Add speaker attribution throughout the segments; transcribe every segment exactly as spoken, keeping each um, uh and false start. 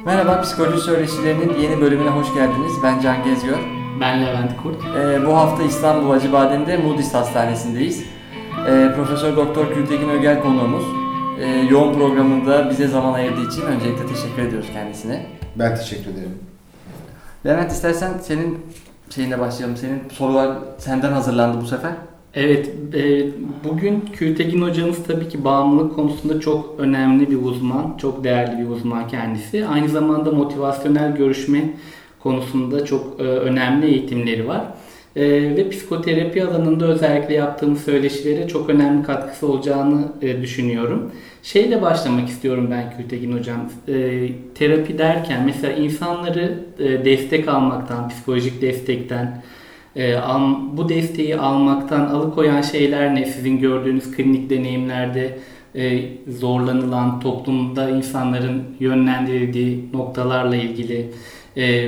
Speaker 1: Merhaba, Psikoloji Söyleşilerinin yeni bölümüne hoş geldiniz. Ben Can Gezgör.
Speaker 2: Ben Levent Kurt.
Speaker 1: Ee, bu hafta İstanbul Acıbadem'de Moody's Hastanesi'ndeyiz. Ee, Profesör Doktor Gültekin Ögel konuğumuz. Ee, yoğun programında bize zaman ayırdığı için öncelikle teşekkür ediyoruz kendisine.
Speaker 3: Ben teşekkür ederim.
Speaker 1: Levent, istersen senin şeyine başlayalım. Senin sorular senden hazırlandı bu sefer.
Speaker 2: Evet, e, bugün Gültekin hocamız tabii ki bağımlılık konusunda çok önemli bir uzman, çok değerli bir uzman kendisi. Aynı zamanda motivasyonel görüşme konusunda çok e, önemli eğitimleri var. E, ve psikoterapi alanında özellikle yaptığımız söyleşilere çok önemli katkısı olacağını e, düşünüyorum. Şeyle başlamak istiyorum ben Gültekin hocam. E, terapi derken mesela insanları e, destek almaktan, psikolojik destekten, Ee, bu desteği almaktan alıkoyan şeyler ne? Sizin gördüğünüz klinik deneyimlerde e, zorlanılan, toplumda insanların yönlendirildiği noktalarla ilgili e,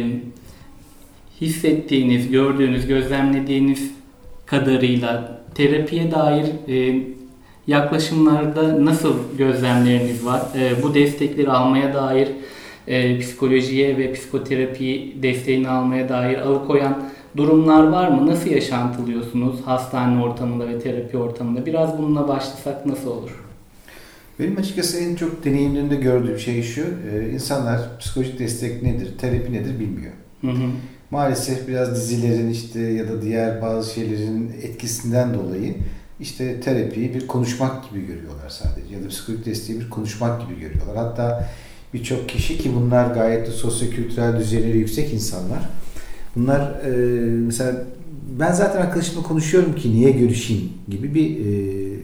Speaker 2: hissettiğiniz, gördüğünüz, gözlemlediğiniz kadarıyla terapiye dair e, yaklaşımlarda nasıl gözlemleriniz var? E, bu destekleri almaya dair, e, psikolojiye ve psikoterapi desteğini almaya dair alıkoyan durumlar var mı? Nasıl yaşantılıyorsunuz hastane ortamında ve terapi ortamında? Biraz bununla başlasak nasıl olur?
Speaker 3: Benim açıkçası en çok deneyimlerinde gördüğüm şey şu, insanlar psikolojik destek nedir, terapi nedir bilmiyor.
Speaker 2: Hı hı.
Speaker 3: Maalesef biraz dizilerin işte ya da diğer bazı şeylerin etkisinden dolayı işte terapiyi bir konuşmak gibi görüyorlar sadece ya da psikolojik desteği bir konuşmak gibi görüyorlar. Hatta birçok kişi ki bunlar gayet de sosyokültürel düzeyleri yüksek insanlar. Bunlar e, mesela ben zaten arkadaşımla konuşuyorum ki niye görüşeyim gibi bir e,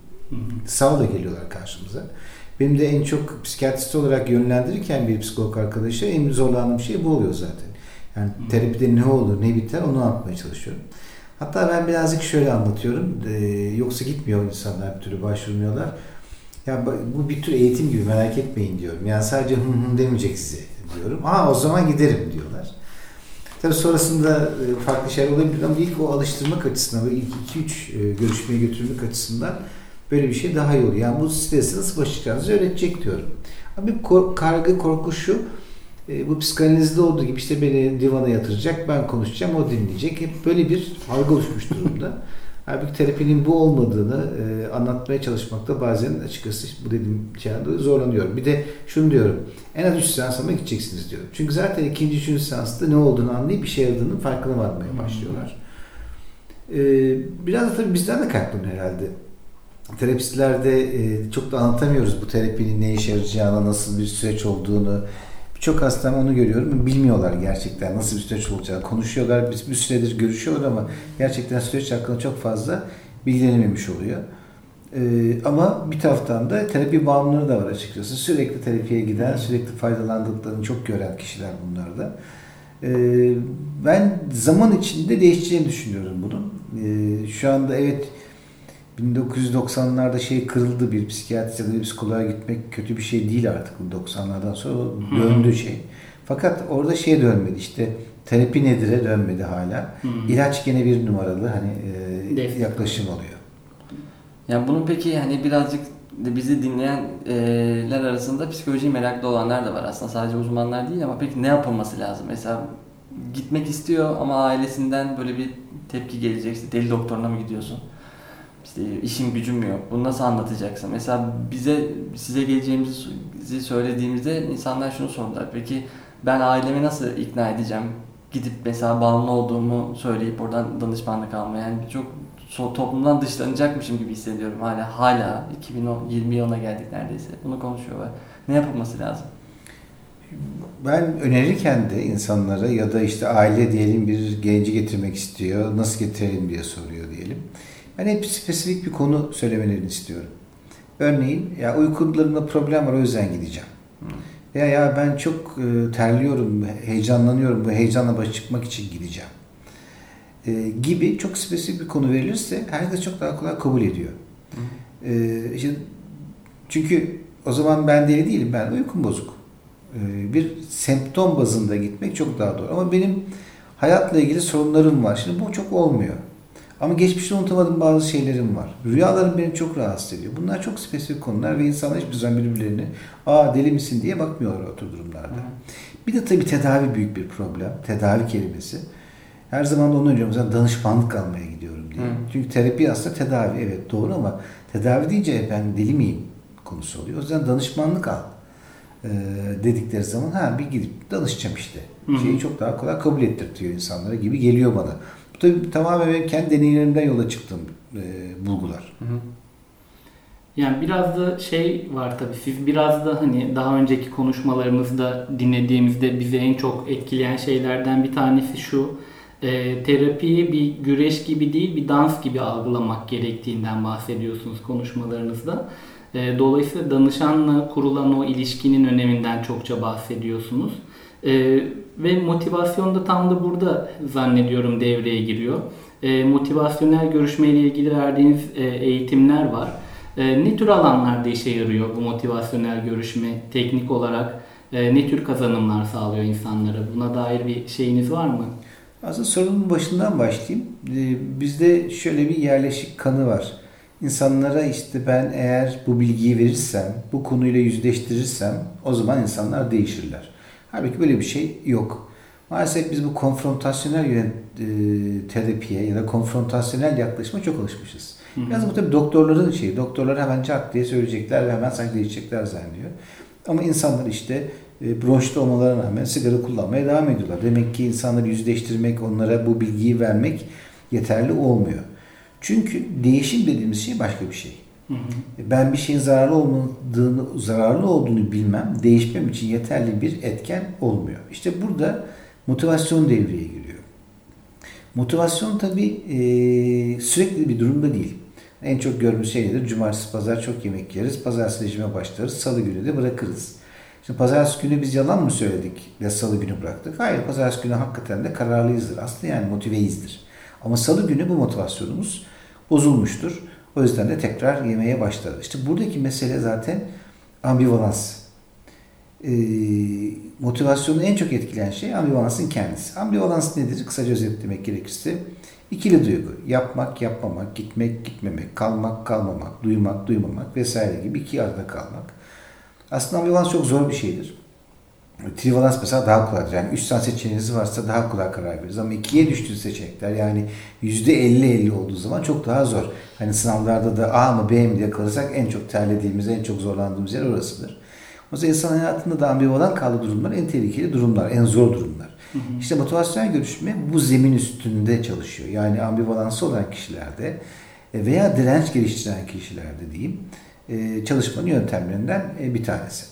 Speaker 3: savla geliyorlar karşımıza. Benim de en çok psikiyatrist olarak yönlendirirken bir psikolog arkadaşa en zorlandığım şey bu oluyor zaten. Yani terapide ne olur ne biter onu anlatmaya çalışıyorum. Hatta ben birazcık şöyle anlatıyorum. E, yoksa gitmiyor insanlar bir türlü başvurmuyorlar. Ya bu bir tür eğitim gibi merak etmeyin diyorum. Yani sadece hı hı demeyecek size diyorum. Aa o zaman giderim diyorlar. Tabii sonrasında farklı şeyler olabilir ama ilk o alıştırmak açısından, böyle ilk iki üç görüşmeye götürmek açısından böyle bir şey daha iyi olur. Yani bu stresi nasıl başa çıkacağınızı öğretecek diyorum. Ama bir kork, kargı, korku şu, bu psikanalizde olduğu gibi işte beni divana yatıracak, ben konuşacağım, o dinleyecek. Hep böyle bir algı oluşmuş durumda. Halbuki terapinin bu olmadığını e, anlatmaya çalışmakta bazen açıkçası bu dediğim şeyden zorlanıyorum. Bir de şunu diyorum, en az üç seans ama gideceksiniz diyorum. Çünkü zaten ikinci, üçüncü seansta ne olduğunu anlayıp bir şey yaradığının farkına varmaya başlıyorlar. E, biraz da tabii bizden de kaynaklanıyor herhalde. Terapistlerde e, çok da anlatamıyoruz bu terapinin ne işe yarayacağını, nasıl bir süreç olduğunu. Çok hastam onu görüyorum. Bilmiyorlar gerçekten nasıl bir süreç olacağını. Konuşuyorlar, bir, bir süredir görüşüyorlar ama gerçekten süreç hakkında çok fazla bilgilenememiş oluyor. Ee, ama bir taraftan da terapi bağımlıları da var açıkçası. Sürekli terapiye giden, sürekli faydalandıklarını çok gören kişiler bunlar da. Ee, ben zaman içinde değişeceğini düşünüyorum bunun. Ee, şu anda evet bin dokuz yüz doksanlarda şey kırıldı, bir psikiyatrist ya da bir psikoloğa gitmek kötü bir şey değil artık bu doksanlardan sonra döndü hmm. şey. Fakat orada şey dönmedi işte terapi nedir'e dönmedi hala. Hmm. İlaç gene bir numaralı hani e, yaklaşım oluyor.
Speaker 1: Yani bunun peki hani birazcık bizi dinleyenler arasında psikolojiye meraklı olanlar da var aslında, sadece uzmanlar değil ama peki ne yapılması lazım? Mesela gitmek istiyor ama ailesinden böyle bir tepki gelecek, işte deli doktoruna mı gidiyorsun? İşte işim gücüm yok. Bunu nasıl anlatacaksın? Mesela bize size geleceğimizi söylediğimizde insanlar şunu sordular. Peki ben ailemi nasıl ikna edeceğim? Gidip mesela bağımlı olduğumu söyleyip oradan danışmanlık almaya. Yani çok toplumdan dışlanacakmışım gibi hissediyorum. Hala hala iki bin yirmi yılına geldik neredeyse. Bunu konuşuyorlar. Ne yapılması lazım?
Speaker 3: Ben önerirken de insanlara ya da işte aile diyelim bir genci getirmek istiyor. Nasıl getirelim diye soruyor diyelim. Ben hep spesifik bir konu söylemelerini istiyorum. Örneğin ya uykularımda problem var o yüzden gideceğim. Hmm. Ya ya ben çok e, terliyorum, heyecanlanıyorum, bu heyecanla başa çıkmak için gideceğim. E, gibi çok spesifik bir konu verilirse herkes çok daha kolay kabul ediyor. Hmm. E, işte, çünkü o zaman ben deli değilim, ben uykum bozuk. E, bir semptom bazında gitmek çok daha doğru. Ama benim hayatla ilgili sorunlarım var. Şimdi bu çok olmuyor. Ama geçmişte unutamadığım bazı şeylerim var. Rüyalarım beni çok rahatsız ediyor. Bunlar çok spesifik konular ve insanlar hiçbir zaman birbirlerine aa deli misin diye bakmıyorlar o tür durumlarda. Hı. Bir de tabii tedavi büyük bir problem. Tedavi kelimesi. Her zaman da onu önce mesela danışmanlık almaya gidiyorum diye. Hı. Çünkü terapi aslında tedavi, evet doğru, ama tedavi deyince ben deli miyim konusu oluyor. O yüzden danışmanlık al e, dedikleri zaman ha bir gidip danışacağım işte. Hı. Şeyi çok daha kolay kabul ettirtiyor insanlara gibi geliyor bana. Bu tabii tamamen benim kendi deneyimlerimden yola çıktığım e, bulgular.
Speaker 2: Hı hı. Yani biraz da şey var tabii, siz biraz da hani daha önceki konuşmalarımızda dinlediğimizde bizi en çok etkileyen şeylerden bir tanesi şu, e, terapiyi bir güreş gibi değil bir dans gibi algılamak gerektiğinden bahsediyorsunuz konuşmalarınızda. E, dolayısıyla danışanla kurulan o ilişkinin öneminden çokça bahsediyorsunuz. E, ve motivasyon da tam da burada zannediyorum devreye giriyor. E, motivasyonel görüşmeyle ilgili verdiğiniz e, eğitimler var. E, ne tür alanlarda işe yarıyor bu motivasyonel görüşme teknik olarak? E, ne tür kazanımlar sağlıyor insanlara? Buna dair bir şeyiniz var mı?
Speaker 3: Aslında sorunun başından başlayayım. E, bizde şöyle bir yerleşik kanı var. İnsanlara işte ben eğer bu bilgiyi verirsem, bu konuyla yüzleştirirsem o zaman insanlar değişirler. Halbuki böyle bir şey yok. Maalesef biz bu konfrontasyonel yönet, e, terapiye ya da konfrontasyonel yaklaşıma çok alışmışız. Biraz bu tabii doktorların şeyi. Doktorlar hemen çat diye söyleyecekler ve hemen sanki değişecekler zannediyor. Ama insanlar işte e, bronşta olmalarına rağmen sigara kullanmaya devam ediyorlar. Demek ki insanları yüzleştirmek, onlara bu bilgiyi vermek yeterli olmuyor. Çünkü değişim dediğimiz şey başka bir şey. Hı hı. Ben bir şeyin zararlı olmadığını, zararlı olduğunu bilmem, değişmem için yeterli bir etken olmuyor. İşte burada motivasyon devreye giriyor. Motivasyon tabii e, sürekli bir durumda değil. En çok gördüğümüz şey nedir? Cumartesi, pazar çok yemek yeriz. Pazartesi rejime başlarız. Salı günü de bırakırız. Şimdi pazartesi günü biz yalan mı söyledik ve salı günü bıraktık? Hayır, pazartesi günü hakikaten de kararlıyızdır. Aslında yani motiveyizdir. Ama salı günü bu motivasyonumuz bozulmuştur. O yüzden de tekrar yemeye başlarız. İşte buradaki mesele zaten ambivalans. Ee, motivasyonu en çok etkileyen şey ambivalansın kendisi. Ambivalans nedir? Kısaca özetlemek gerekirse ikili duygu. Yapmak, yapmamak, gitmek, gitmemek, kalmak, kalmamak, duymak, duymamak vesaire gibi iki arada kalmak. Aslında ambivalans çok zor bir şeydir. Trivalans mesela daha kolaydır. Yani üç tane seçeneğiniz varsa daha kolay karar veririz. Ama ikiye düştüğü seçenekler yani yüzde elli elli olduğu zaman çok daha zor. Hani sınavlarda da A mı B mi diye kalırsak en çok terlediğimiz, en çok zorlandığımız yer orasıdır. O yüzden insan hayatında da ambivalent kaldığı durumlar en tehlikeli durumlar, en zor durumlar. Hı hı. İşte motivasyonel görüşme bu zemin üstünde çalışıyor. Yani ambivalansı olan kişilerde veya direnç geliştiren kişilerde diyeyim çalışmanın yöntemlerinden bir tanesi.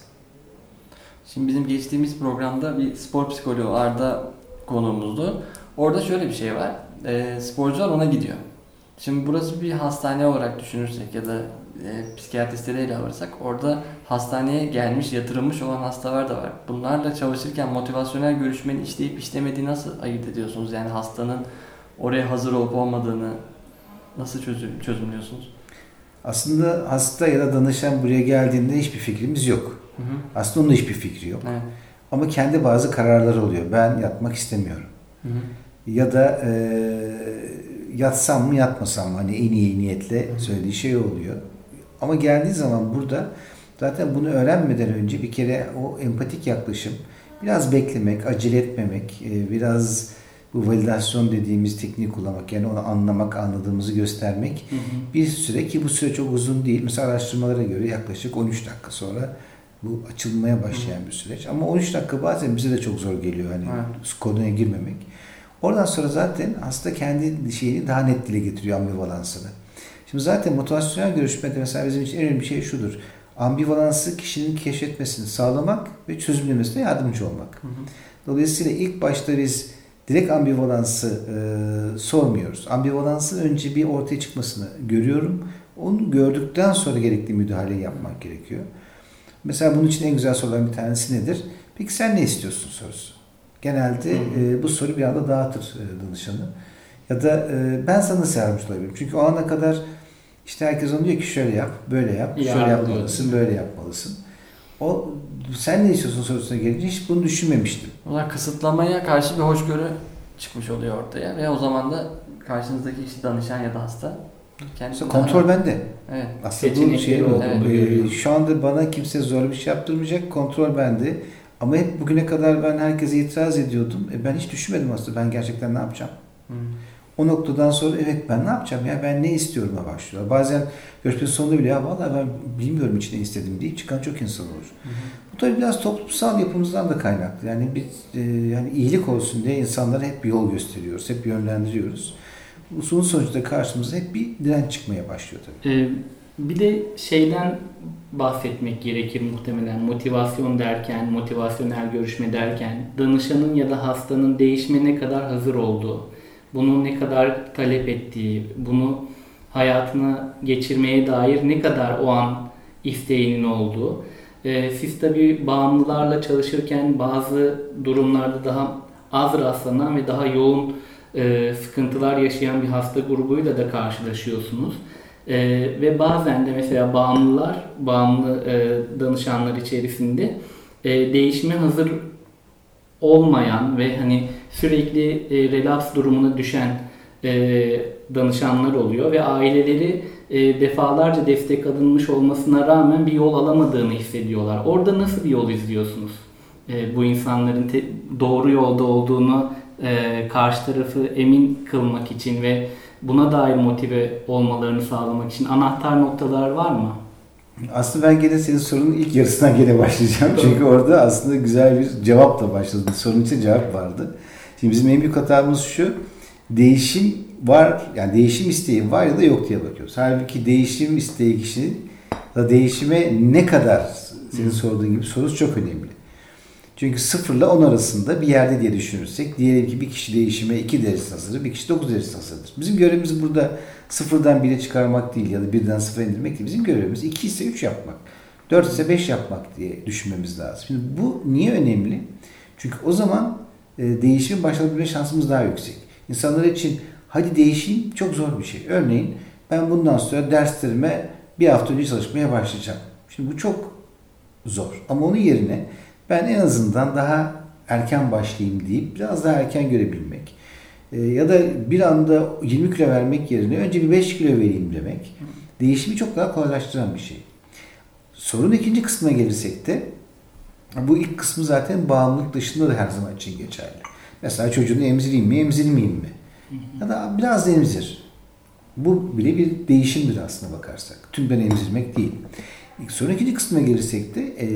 Speaker 1: Şimdi bizim geçtiğimiz programda bir spor psikoloğu Arda konuğumuzdu. Orada şöyle bir şey var. E, sporcular ona gidiyor. Şimdi burası bir hastane olarak düşünürsek ya da e, psikiyatristlere ele alırsak orada hastaneye gelmiş, yatırılmış olan hastalar da var. Bunlarla çalışırken motivasyonel görüşmenin işleyip işlemediğini nasıl ayırt ediyorsunuz? Yani hastanın oraya hazır olup olmadığını nasıl çözüm, çözümlüyorsunuz?
Speaker 3: Aslında hasta ya da danışan buraya geldiğinde hiçbir fikrimiz yok. Hı hı. Aslında onun da hiçbir fikri yok. Evet. Ama kendi bazı kararları oluyor. Ben yatmak istemiyorum. Hı hı. Ya da e, yatsam mı yatmasam mı? Hani en iyi niyetle söylediği şey oluyor. Ama geldiği zaman burada zaten bunu öğrenmeden önce bir kere o empatik yaklaşım, biraz beklemek, acele etmemek, e, biraz bu validasyon dediğimiz tekniği kullanmak, yani onu anlamak, anladığımızı göstermek hı hı. bir süre, ki bu süre çok uzun değil. Mesela araştırmalara göre yaklaşık on üç dakika sonra bu açılmaya başlayan bir süreç. Ama on üç dakika bazen bize de çok zor geliyor hani evet. konuya girmemek. Oradan sonra zaten hasta kendi şeyini daha net dile getiriyor, ambivalansını. Şimdi zaten motivasyonel görüşmede mesela bizim için en önemli şey şudur. Ambivalansı kişinin keşfetmesini sağlamak ve çözümlemesine yardımcı olmak. Hı hı. Dolayısıyla ilk başta biz direkt ambivalansı e, sormuyoruz. Ambivalansın önce bir ortaya çıkmasını görüyorum. Onu gördükten sonra gerekli müdahaleyi yapmak gerekiyor. Mesela bunun için en güzel soruların bir tanesi nedir? Peki sen ne istiyorsun sorusu. Genelde e, bu soru bir anda dağıtır e, danışanı. Ya da e, ben sana nasıl yardımcı olabilirim? Çünkü o ana kadar işte herkes onu diyor ki şöyle yap, böyle yap, ya, şöyle yapmalısın, böyle yapmalısın. O sen ne istiyorsun sorusuna gelince hiç bunu düşünmemiştim.
Speaker 1: O zaman kısıtlamaya karşı bir hoşgörü çıkmış oluyor ortaya ve o zaman da karşınızdaki kişi danışan ya da hasta.
Speaker 3: Kendisi kontrol bende.
Speaker 1: Evet.
Speaker 3: Aslında bu şey evet. e, şu anda bana kimse zor bir şey yaptırmayacak. Kontrol bende. Ama hep bugüne kadar ben herkese itiraz ediyordum. E ben hiç düşünmedim aslında ben gerçekten ne yapacağım. Hmm. O noktadan sonra evet ben ne yapacağım ya ben ne istiyorum'a başlıyorlar. Bazen görüşmenin sonunda bile ya vallahi ben bilmiyorum hiç ne istedim deyip çıkan çok insan olur. Hı hı. Bu tabii biraz toplumsal yapımızdan da kaynaklı. Yani biz e, yani iyilik olsun diye insanlara hep bir yol gösteriyoruz, hep yönlendiriyoruz. Bu sonun sonucunda karşımıza hep bir direnç çıkmaya başlıyor tabii.
Speaker 2: Ee, bir de şeyden bahsetmek gerekir muhtemelen. Motivasyon derken, motivasyonel görüşme derken danışanın ya da hastanın değişime ne kadar hazır olduğu, bunu ne kadar talep ettiği, bunu hayatına geçirmeye dair ne kadar o an isteğinin olduğu. Ee, siz tabii bağımlılarla çalışırken bazı durumlarda daha az rastlanan ve daha yoğun e, sıkıntılar yaşayan bir hasta grubuyla da karşılaşıyorsunuz. Ee, ve bazen de mesela bağımlılar, bağımlı e, danışanlar içerisinde e, değişime hazır olmayan ve hani sürekli e, relapse durumuna düşen e, danışanlar oluyor ve aileleri e, defalarca destek alınmış olmasına rağmen bir yol alamadığını hissediyorlar. Orada nasıl bir yol izliyorsunuz? E, bu insanların te- doğru yolda olduğunu e, karşı tarafı emin kılmak için ve buna dair motive olmalarını sağlamak için anahtar noktalar var mı?
Speaker 3: Aslında ben gene senin sorunun ilk yarısından gene başlayacağım. Çünkü orada aslında güzel bir cevapla başladım. Sorunun içinde cevap vardı. Şimdi bizim en büyük hatamız şu. Değişim var, yani değişim isteği var ya da yok diye bakıyoruz. Halbuki değişim isteği kişinin da değişime ne kadar senin sorduğun gibi sorusu çok önemli. Çünkü sıfırla on arasında bir yerde diye düşünürsek diyelim ki bir kişi değişime iki derece hazırdır, bir kişi dokuz derece hazırdır. Bizim görevimiz burada sıfırdan bire çıkarmak değil ya da birden sıfıra indirmek değil. Bizim görevimiz iki ise üç yapmak, dört ise beş yapmak diye düşünmemiz lazım. Şimdi bu niye önemli? Çünkü o zaman e, değişimin başlatabilme şansımız daha yüksek. İnsanlar için hadi değişeyim çok zor bir şey. Örneğin ben bundan sonra derslerime bir hafta önce çalışmaya başlayacağım. Şimdi bu çok zor. Ama onun yerine ben en azından daha erken başlayayım deyip biraz daha erken görebilmek. E, ya da bir anda yirmi kilo vermek yerine önce bir beş kilo vereyim demek. Değişimi çok daha kolaylaştıran bir şey. Sorun ikinci kısmına gelirsek de bu ilk kısmı zaten bağımlılık dışında da her zaman için geçerli. Mesela çocuğunu emzireyim mi, emzirmeyeyim mi? Ya da biraz da emzir. Bu bile bir değişimdir aslına bakarsak. Tümden emzirmek değil. Sonra ikinci kısmına gelirsek de e,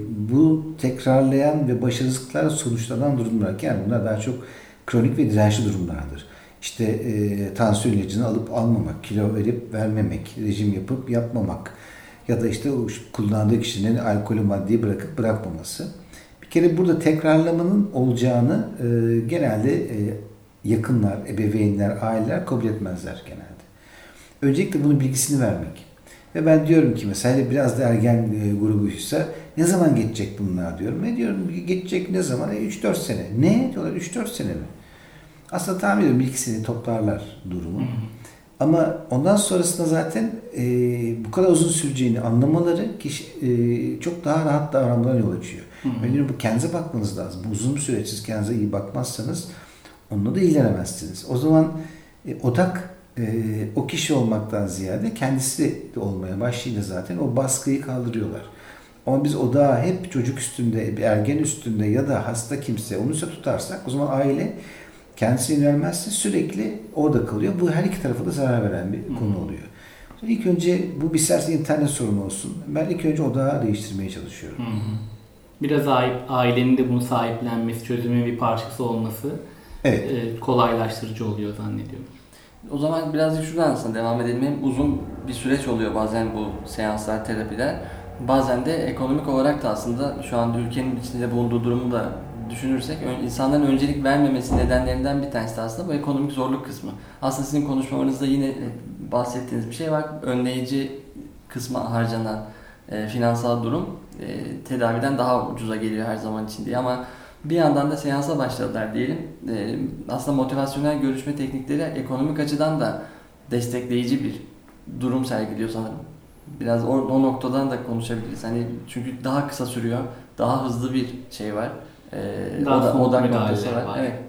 Speaker 3: bu tekrarlayan ve başarısızlıklarla sonuçlanan durumlar. Yani bunlar daha çok kronik ve dirençli durumlardır. İşte e, tansiyon ilacını alıp almamak, kilo verip vermemek, rejim yapıp yapmamak ya da işte o kullandığı kişinin alkolü maddeyi bırakıp bırakmaması. Bir kere burada tekrarlamanın olacağını e, genelde e, yakınlar, ebeveynler, aileler kabul etmezler genelde. Öncelikle bunun bilgisini vermek. Ve ben diyorum ki mesela biraz da ergen e, grubuysa ne zaman geçecek bunlar diyorum. Ne diyorum geçecek ne zaman? E, üç dört sene. Ne diyorlar üç dört sene mi? Aslında tahmin ediyorum ilk sene toplarlar durumu. Hı hı. Ama ondan sonrasında zaten e, bu kadar uzun süreceğini anlamaları kişi, e, çok daha rahat davranmalarına yol açıyor. Hı hı. Ben diyorum bu kendinize bakmanız lazım. Bu uzun bir süreç siz kendinize iyi bakmazsanız onunla da ilgilenemezsiniz. O zaman e, odak e, o kişi olmaktan ziyade kendisi de olmaya başlayınca zaten o baskıyı kaldırıyorlar. Ama biz odağı hep çocuk üstünde, bir ergen üstünde ya da hasta kimse onu ise tutarsak o zaman aile kendisini vermezse sürekli orada kalıyor. Bu her iki tarafa da zarar veren bir konu oluyor. İlk önce bu isterse internet sorunu olsun. Ben ilk önce odağı değiştirmeye çalışıyorum.
Speaker 2: Hı hı. Biraz ailenin de bunu sahiplenmesi, çözümün bir parçası olması
Speaker 3: evet.
Speaker 2: e, kolaylaştırıcı oluyor zannediyorum.
Speaker 1: O zaman birazcık şuradan aslında devam edelim. Hem uzun bir süreç oluyor bazen bu seanslar, terapiler. Bazen de ekonomik olarak da aslında şu anda ülkenin içinde bulunduğu durumu da düşünürsek insanların öncelik vermemesi nedenlerinden bir tanesi de aslında bu ekonomik zorluk kısmı. Aslında sizin konuşmalarınızda yine bahsettiğiniz bir şey var. Önleyici kısma harcanan e, finansal durum e, tedaviden daha ucuza geliyor her zaman için diye. Ama bir yandan da seansa başladılar diyelim. E, aslında motivasyonel görüşme teknikleri ekonomik açıdan da destekleyici bir durum sergiliyor sanırım. Biraz o, o noktadan da konuşabiliriz. Hani çünkü daha kısa sürüyor, daha hızlı bir şey var. Ee,
Speaker 2: Daha
Speaker 1: odak, odak noktası var.
Speaker 2: var.
Speaker 1: Evet.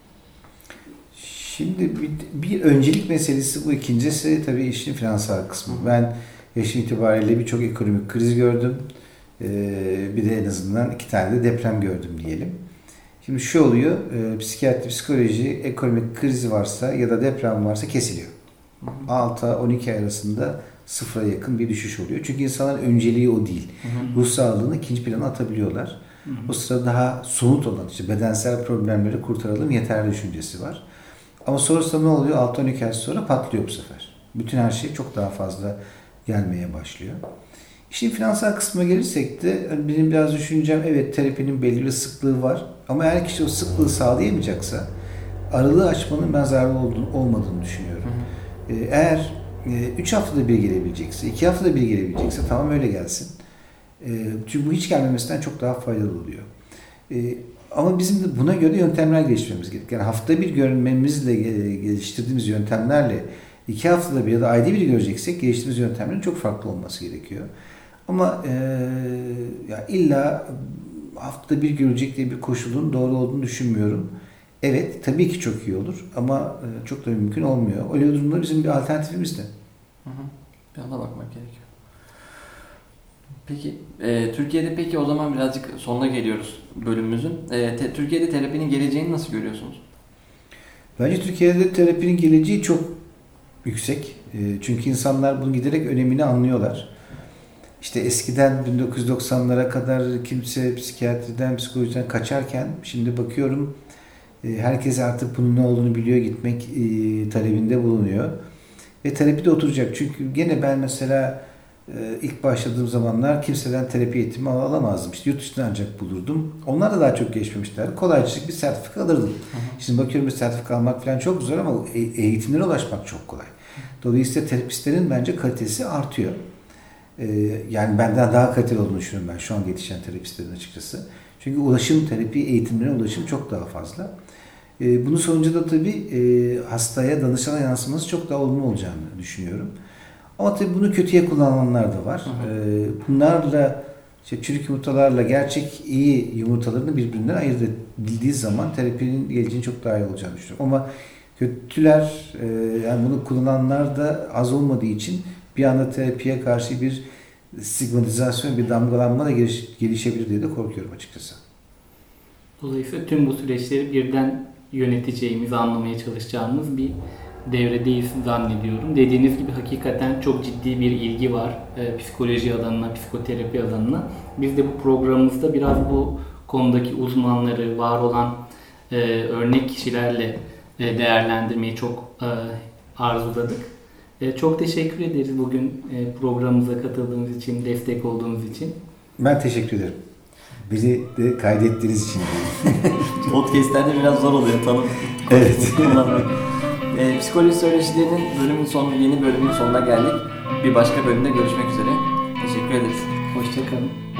Speaker 3: Şimdi bir, bir öncelik meselesi bu. İkincisi tabii işin finansal kısmı. Ben yaşım itibariyle birçok ekonomik kriz gördüm. Ee, bir de en azından iki tane de deprem gördüm diyelim. Şimdi şu oluyor, e, psikiyatri, psikoloji, ekonomik kriz varsa ya da deprem varsa kesiliyor. altı on iki ay arasında sıfıra yakın bir düşüş oluyor. Çünkü insanların önceliği o değil. Hı hı. Ruh sağlığını ikinci plana atabiliyorlar. Hı hı. O sırada daha somut olan işte bedensel problemleri kurtaralım yeterli düşüncesi var. Ama sonrasında ne oluyor? altı on iki ay sonra patlıyor bu sefer. Bütün her şey çok daha fazla gelmeye başlıyor. İşin finansal kısmına gelirsek de benim biraz düşüncem evet terapinin belli bir sıklığı var. Ama eğer kişi o sıklığı sağlayamayacaksa aralığı açmanın ben zararlı olduğunu, olmadığını düşünüyorum. Hı hı. Eğer üç haftada bir gelebilecekse, iki haftada bir gelebilecekse tamam öyle gelsin. Çünkü bu hiç gelmemesinden çok daha faydalı oluyor. Ama bizim de buna göre yöntemler geliştirmemiz gerekiyor. Yani haftada bir görmemizle geliştirdiğimiz yöntemlerle iki haftada bir ya da ayda bir göreceksek geliştirdiğimiz yöntemlerin çok farklı olması gerekiyor. Ama e, ya illa haftada bir görecek diye bir koşulun doğru olduğunu düşünmüyorum. Evet, tabii ki çok iyi olur ama e, çok da mümkün olmuyor. Öyle durumda bizim bir alternatifimiz de.
Speaker 1: Hı hı. Bir anda bakmak gerekiyor. Peki, e, Türkiye'de peki o zaman birazcık sonuna geliyoruz bölümümüzün. E, te, Türkiye'de terapinin geleceğini nasıl görüyorsunuz?
Speaker 3: Bence Türkiye'de terapinin geleceği çok yüksek. E, çünkü insanlar bunun giderek önemini anlıyorlar. İşte eskiden bin dokuz yüz doksanlara kadar kimse psikiyatriden, psikolojiden kaçarken şimdi bakıyorum herkes artık bunun ne olduğunu biliyor, gitmek talebinde bulunuyor. Ve terapi de oturacak. Çünkü gene ben mesela ilk başladığım zamanlar kimseden terapi eğitimi alamazdım. İşte yurt dışından ancak bulurdum. Onlar da daha çok gelişmemişler. Kolaycık bir sertifika alırdım. Hı hı. Şimdi bakıyorum bir sertifika almak falan çok zor ama eğitimlere ulaşmak çok kolay. Dolayısıyla terapistlerin bence kalitesi artıyor. Yani benden daha kaliteli olduğunu düşünüyorum ben şu an yetişen terapistlerin açıkçası. Çünkü ulaşım, terapi eğitimlerine ulaşım çok daha fazla. Bunun sonucu da tabii hastaya, danışana yansıması çok daha olumlu olacağını düşünüyorum. Ama tabii bunu kötüye kullananlar da var. Hı hı. Bunlarla, işte çürük yumurtalarla gerçek iyi yumurtalarını birbirinden ayırt edildiği zaman terapinin geleceğinin çok daha iyi olacağını düşünüyorum. Ama kötüler, yani bunu kullananlar da az olmadığı için bir anda terapiye karşı bir stigmatizasyon, bir damgalanma da geliş, gelişebilir diye de korkuyorum açıkçası.
Speaker 2: Dolayısıyla tüm bu süreçleri birden yöneteceğimiz, anlamaya çalışacağımız bir devredeyiz zannediyorum. Dediğiniz gibi hakikaten çok ciddi bir ilgi var e, psikoloji alanına, psikoterapi alanına. Biz de bu programımızda biraz bu konudaki uzmanları, var olan e, örnek kişilerle e, değerlendirmeyi çok e, arzuladık. E, çok teşekkür ederiz bugün e, programımıza katıldığınız için, destek olduğunuz için.
Speaker 3: Ben teşekkür ederim. Bizi de kaydettiğiniz için.
Speaker 1: Podcast'lerde biraz zor oluyor tanım.
Speaker 3: Evet.
Speaker 1: e, Psikoloji Söyleşilerinin bölümün sonu, yeni bölümün sonuna geldik. Bir başka bölümde görüşmek üzere. Teşekkür ederiz.
Speaker 2: Hoşça kalın.